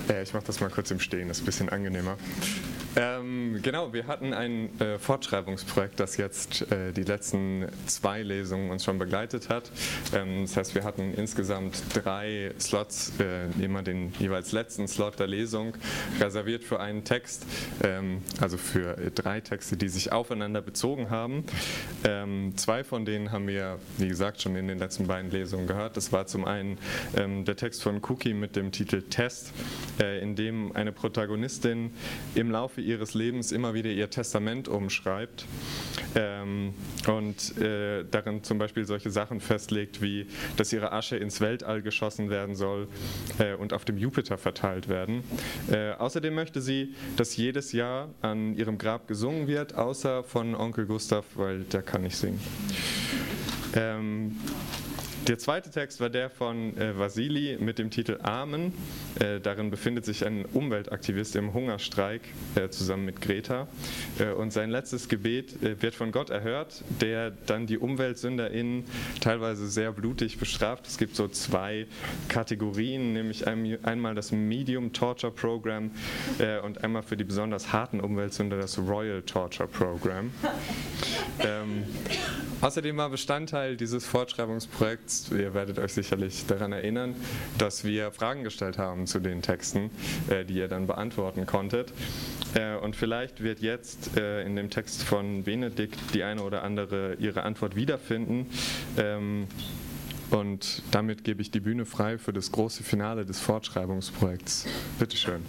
Ich mache das mal kurz im Stehen, das ist ein bisschen angenehmer. Genau, wir hatten ein Fortschreibungsprojekt, das jetzt die letzten 2 Lesungen uns schon begleitet hat. Das heißt, wir hatten insgesamt 3 Slots, immer den jeweils letzten Slot der Lesung, reserviert für einen Text, also für 3 Texte, die sich aufeinander bezogen haben. 2 von denen haben wir, wie gesagt, schon in den letzten beiden Lesungen gehört. Das war zum einen der Text von Cookie mit dem Titel Test, in dem eine Protagonistin im Laufe ihres Lebens immer wieder ihr Testament umschreibt und darin zum Beispiel solche Sachen festlegt, wie dass ihre Asche ins Weltall geschossen werden soll und auf dem Jupiter verteilt werden. Außerdem möchte sie, dass jedes Jahr an ihrem Grab gesungen wird, außer von Onkel Gustav, weil der kann nicht singen. Der zweite Text war der von Vasili mit dem Titel Amen. Darin befindet sich ein Umweltaktivist im Hungerstreik zusammen mit Greta. Und sein letztes Gebet wird von Gott erhört, der dann die UmweltsünderInnen teilweise sehr blutig bestraft. Es gibt so 2 Kategorien, nämlich einmal das Medium Torture Program und einmal für die besonders harten Umweltsünder das Royal Torture Program. Außerdem war Bestandteil dieses Fortschreibungsprojekts, ihr werdet euch sicherlich daran erinnern, dass wir Fragen gestellt haben zu den Texten, die ihr dann beantworten konntet. Und vielleicht wird jetzt in dem Text von Benedikt die eine oder andere ihre Antwort wiederfinden. Und damit gebe ich die Bühne frei für das große Finale des Fortschreibungsprojekts. Bitte schön.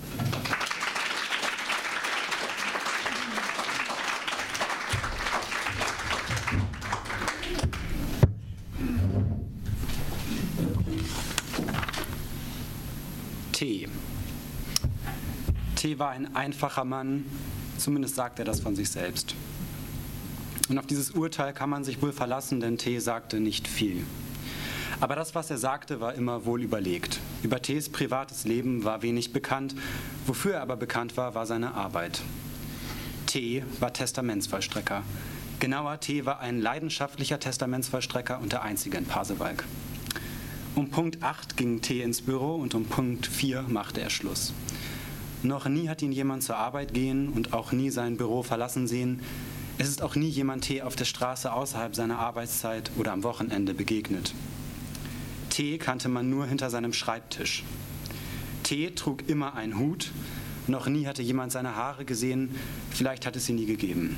T war ein einfacher Mann, zumindest sagt er das von sich selbst. Und auf dieses Urteil kann man sich wohl verlassen, denn T sagte nicht viel. Aber das, was er sagte, war immer wohl überlegt. Über Ts privates Leben war wenig bekannt, wofür er aber bekannt war, war seine Arbeit. T war Testamentsvollstrecker. Genauer, T war ein leidenschaftlicher Testamentsvollstrecker und der einzige in Pasewalk. Um Punkt 8 ging T ins Büro und um Punkt 4 machte er Schluss. Noch nie hat ihn jemand zur Arbeit gehen und auch nie sein Büro verlassen sehen. Es ist auch nie jemand T auf der Straße außerhalb seiner Arbeitszeit oder am Wochenende begegnet. T kannte man nur hinter seinem Schreibtisch. T trug immer einen Hut. Noch nie hatte jemand seine Haare gesehen. Vielleicht hat es sie nie gegeben.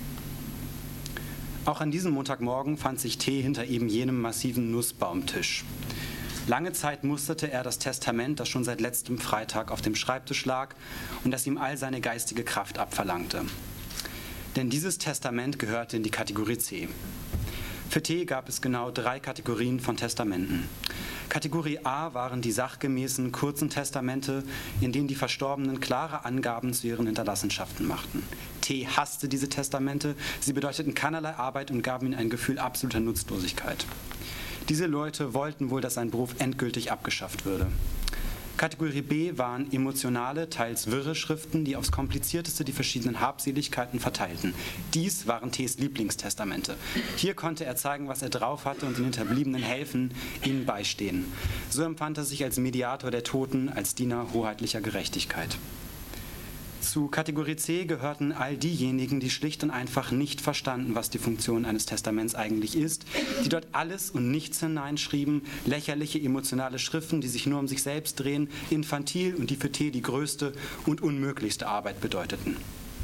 Auch an diesem Montagmorgen fand sich T hinter eben jenem massiven Nussbaumtisch. Lange Zeit musterte er das Testament, das schon seit letztem Freitag auf dem Schreibtisch lag und das ihm all seine geistige Kraft abverlangte. Denn dieses Testament gehörte in die Kategorie C. Für T gab es genau 3 Kategorien von Testamenten. Kategorie A waren die sachgemäßen kurzen Testamente, in denen die Verstorbenen klare Angaben zu ihren Hinterlassenschaften machten. T hasste diese Testamente, sie bedeuteten keinerlei Arbeit und gaben ihm ein Gefühl absoluter Nutzlosigkeit. Diese Leute wollten wohl, dass sein Beruf endgültig abgeschafft würde. Kategorie B waren emotionale, teils wirre Schriften, die aufs Komplizierteste die verschiedenen Habseligkeiten verteilten. Dies waren Ts Lieblingstestamente. Hier konnte er zeigen, was er drauf hatte und den Hinterbliebenen helfen, ihnen beistehen. So empfand er sich als Mediator der Toten, als Diener hoheitlicher Gerechtigkeit. Zu Kategorie C gehörten all diejenigen, die schlicht und einfach nicht verstanden, was die Funktion eines Testaments eigentlich ist, die dort alles und nichts hineinschrieben, lächerliche emotionale Schriften, die sich nur um sich selbst drehen, infantil und die für T die größte und unmöglichste Arbeit bedeuteten.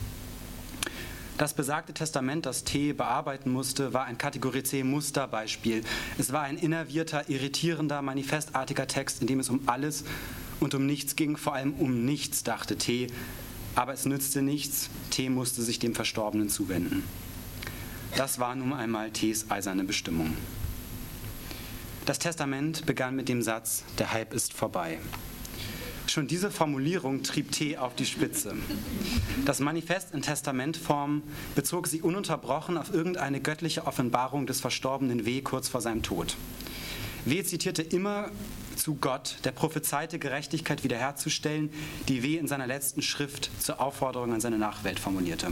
Das besagte Testament, das T bearbeiten musste, war ein Kategorie C Musterbeispiel. Es war ein innervierter, irritierender, manifestartiger Text, in dem es um alles und um nichts ging, vor allem um nichts, dachte T. Aber es nützte nichts, T musste sich dem Verstorbenen zuwenden. Das war nun einmal Ts eiserne Bestimmung. Das Testament begann mit dem Satz, der Hype ist vorbei. Schon diese Formulierung trieb T auf die Spitze. Das Manifest in Testamentform bezog sich ununterbrochen auf irgendeine göttliche Offenbarung des verstorbenen W. kurz vor seinem Tod. W. zitierte immer zu Gott, der prophezeite Gerechtigkeit wiederherzustellen, die W. in seiner letzten Schrift zur Aufforderung an seine Nachwelt formulierte.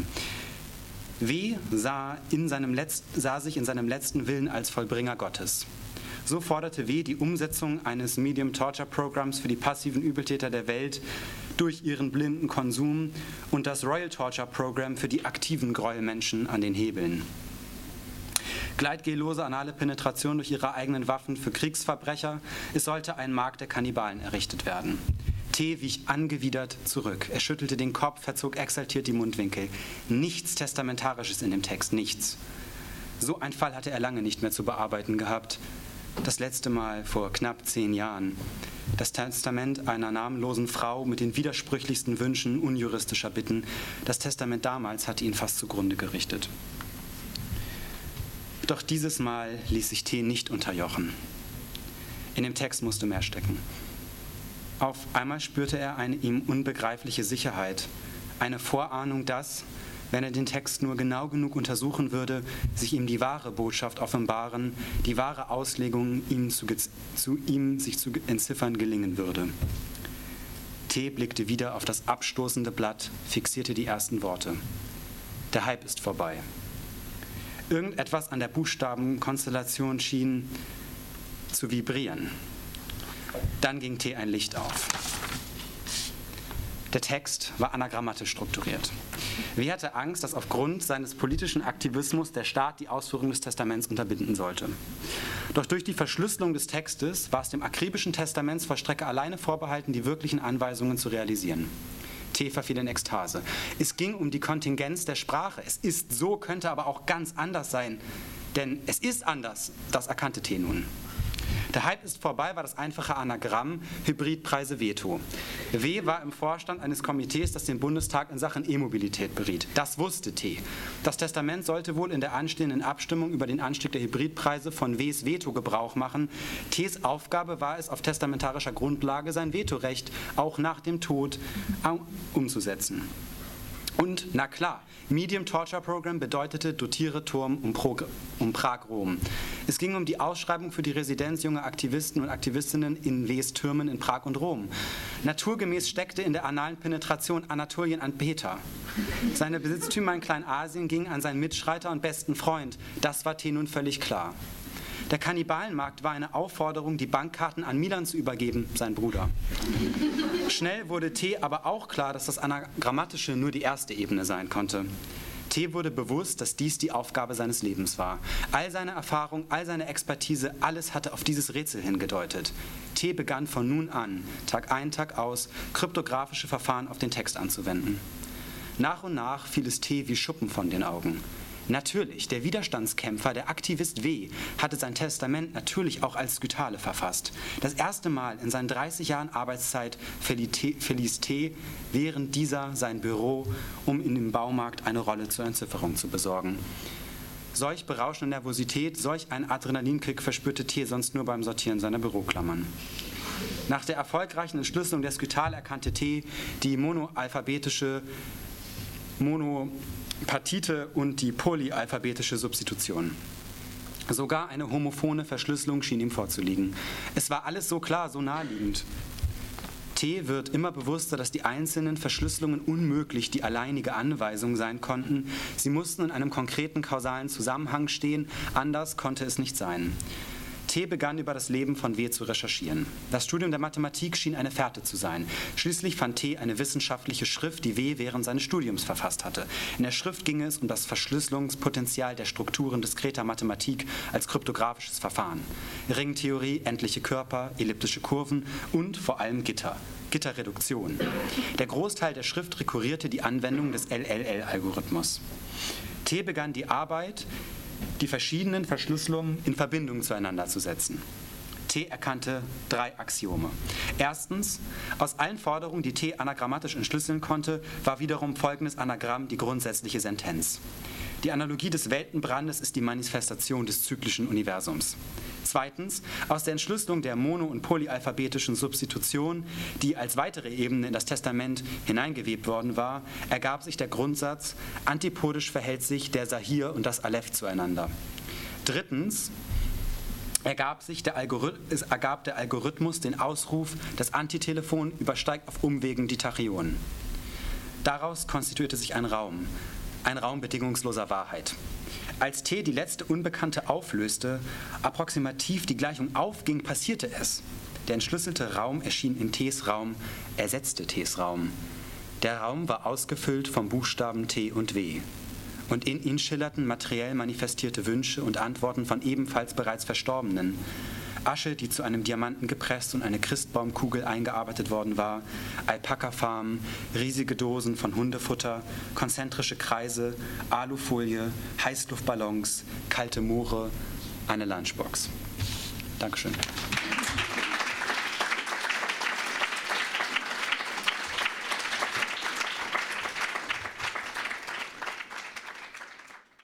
W. sah sich in seinem letzten Willen als Vollbringer Gottes. So forderte W. die Umsetzung eines Medium Torture Programms für die passiven Übeltäter der Welt durch ihren blinden Konsum und das Royal Torture Program für die aktiven Gräuelmenschen an den Hebeln. Gleitgellose anale Penetration durch ihre eigenen Waffen für Kriegsverbrecher. Es sollte ein Markt der Kannibalen errichtet werden. T. wich angewidert zurück. Er schüttelte den Kopf, verzog exaltiert die Mundwinkel. Nichts Testamentarisches in dem Text, nichts. So einen Fall hatte er lange nicht mehr zu bearbeiten gehabt. Das letzte Mal vor knapp 10 Jahren. Das Testament einer namenlosen Frau mit den widersprüchlichsten Wünschen unjuristischer Bitten. Das Testament damals hatte ihn fast zugrunde gerichtet. Doch dieses Mal ließ sich T. nicht unterjochen. In dem Text musste mehr stecken. Auf einmal spürte er eine ihm unbegreifliche Sicherheit, eine Vorahnung, dass, wenn er den Text nur genau genug untersuchen würde, sich ihm die wahre Botschaft offenbaren, die wahre Auslegung ihm sich zu entziffern gelingen würde. T. blickte wieder auf das abstoßende Blatt, fixierte die ersten Worte. Der Hype ist vorbei. Irgendetwas an der Buchstabenkonstellation schien zu vibrieren. Dann ging T. ein Licht auf. Der Text war anagrammatisch strukturiert. W. hatte Angst, dass aufgrund seines politischen Aktivismus der Staat die Ausführung des Testaments unterbinden sollte. Doch durch die Verschlüsselung des Textes war es dem akribischen Testamentsvollstrecker alleine vorbehalten, die wirklichen Anweisungen zu realisieren. T. verfiel in Ekstase. Es ging um die Kontingenz der Sprache. Es ist so, könnte aber auch ganz anders sein. Denn es ist anders, das erkannte T. nun. Der Hype ist vorbei war das einfache Anagramm Hybridpreise Veto. W. war im Vorstand eines Komitees, das den Bundestag in Sachen E-Mobilität beriet. Das wusste T. Das Testament sollte wohl in der anstehenden Abstimmung über den Anstieg der Hybridpreise von W.s Veto Gebrauch machen. T.s Aufgabe war es, auf testamentarischer Grundlage sein Vetorecht auch nach dem Tod umzusetzen. Und, na klar, Medium Torture Program bedeutete dotiere Turm um Prag-Rom. Es ging um die Ausschreibung für die Residenz junger Aktivisten und Aktivistinnen in W.s Türmen in Prag und Rom. Naturgemäß steckte in der analen Penetration Anatolien an Peter. Seine Besitztümer in Kleinasien gingen an seinen Mitstreiter und besten Freund. Das war T. nun völlig klar. Der Kannibalenmarkt war eine Aufforderung, die Bankkarten an Milan zu übergeben, sein Bruder. Schnell wurde T. aber auch klar, dass das Anagrammatische nur die erste Ebene sein konnte. T. wurde bewusst, dass dies die Aufgabe seines Lebens war. All seine Erfahrung, all seine Expertise, alles hatte auf dieses Rätsel hingedeutet. T. begann von nun an, Tag ein, Tag aus, kryptografische Verfahren auf den Text anzuwenden. Nach und nach fiel es T. wie Schuppen von den Augen. Natürlich, der Widerstandskämpfer, der Aktivist W. hatte sein Testament natürlich auch als Skytale verfasst. Das erste Mal in seinen 30 Jahren Arbeitszeit verließ T. während dieser sein Büro, um in dem Baumarkt eine Rolle zur Entzifferung zu besorgen. Solch berauschende Nervosität, solch einen Adrenalinkick verspürte T. sonst nur beim Sortieren seiner Büroklammern. Nach der erfolgreichen Entschlüsselung der Skytale erkannte T. die Monopartite und die polyalphabetische Substitution. Sogar eine homophone Verschlüsselung schien ihm vorzuliegen. Es war alles so klar, so naheliegend. T. wird immer bewusster, dass die einzelnen Verschlüsselungen unmöglich die alleinige Anweisung sein konnten. Sie mussten in einem konkreten kausalen Zusammenhang stehen, anders konnte es nicht sein. T. begann über das Leben von W. zu recherchieren. Das Studium der Mathematik schien eine Fährte zu sein. Schließlich fand T. eine wissenschaftliche Schrift, die W. während seines Studiums verfasst hatte. In der Schrift ging es um das Verschlüsselungspotenzial der Strukturen diskreter Mathematik als kryptografisches Verfahren. Ringtheorie, endliche Körper, elliptische Kurven und vor allem Gitter. Gitterreduktion. Der Großteil der Schrift rekurrierte die Anwendung des LLL-Algorithmus. T. begann die Arbeit, die verschiedenen Verschlüsselungen in Verbindung zueinander zu setzen. T. erkannte 3 Axiome. Erstens, aus allen Forderungen, die T. anagrammatisch entschlüsseln konnte, war wiederum folgendes Anagramm die grundsätzliche Sentenz. Die Analogie des Weltenbrandes ist die Manifestation des zyklischen Universums. Zweitens, aus der Entschlüsselung der mono- und polyalphabetischen Substitution, die als weitere Ebene in das Testament hineingewebt worden war, ergab sich der Grundsatz, antipodisch verhält sich der Sahir und das Aleph zueinander. Drittens, ergab der Algorithmus den Ausruf, das Antitelefon übersteigt auf Umwegen die Tachyonen. Daraus konstituierte sich ein Raum bedingungsloser Wahrheit. Als T die letzte Unbekannte auflöste, approximativ die Gleichung aufging, passierte es. Der entschlüsselte Raum erschien in Ts Raum, ersetzte Ts Raum. Der Raum war ausgefüllt vom Buchstaben T und W. Und in ihn schillerten materiell manifestierte Wünsche und Antworten von ebenfalls bereits Verstorbenen. Asche, die zu einem Diamanten gepresst und eine Christbaumkugel eingearbeitet worden war, Alpakafarmen, riesige Dosen von Hundefutter, konzentrische Kreise, Alufolie, Heißluftballons, kalte Moore, eine Lunchbox. Dankeschön.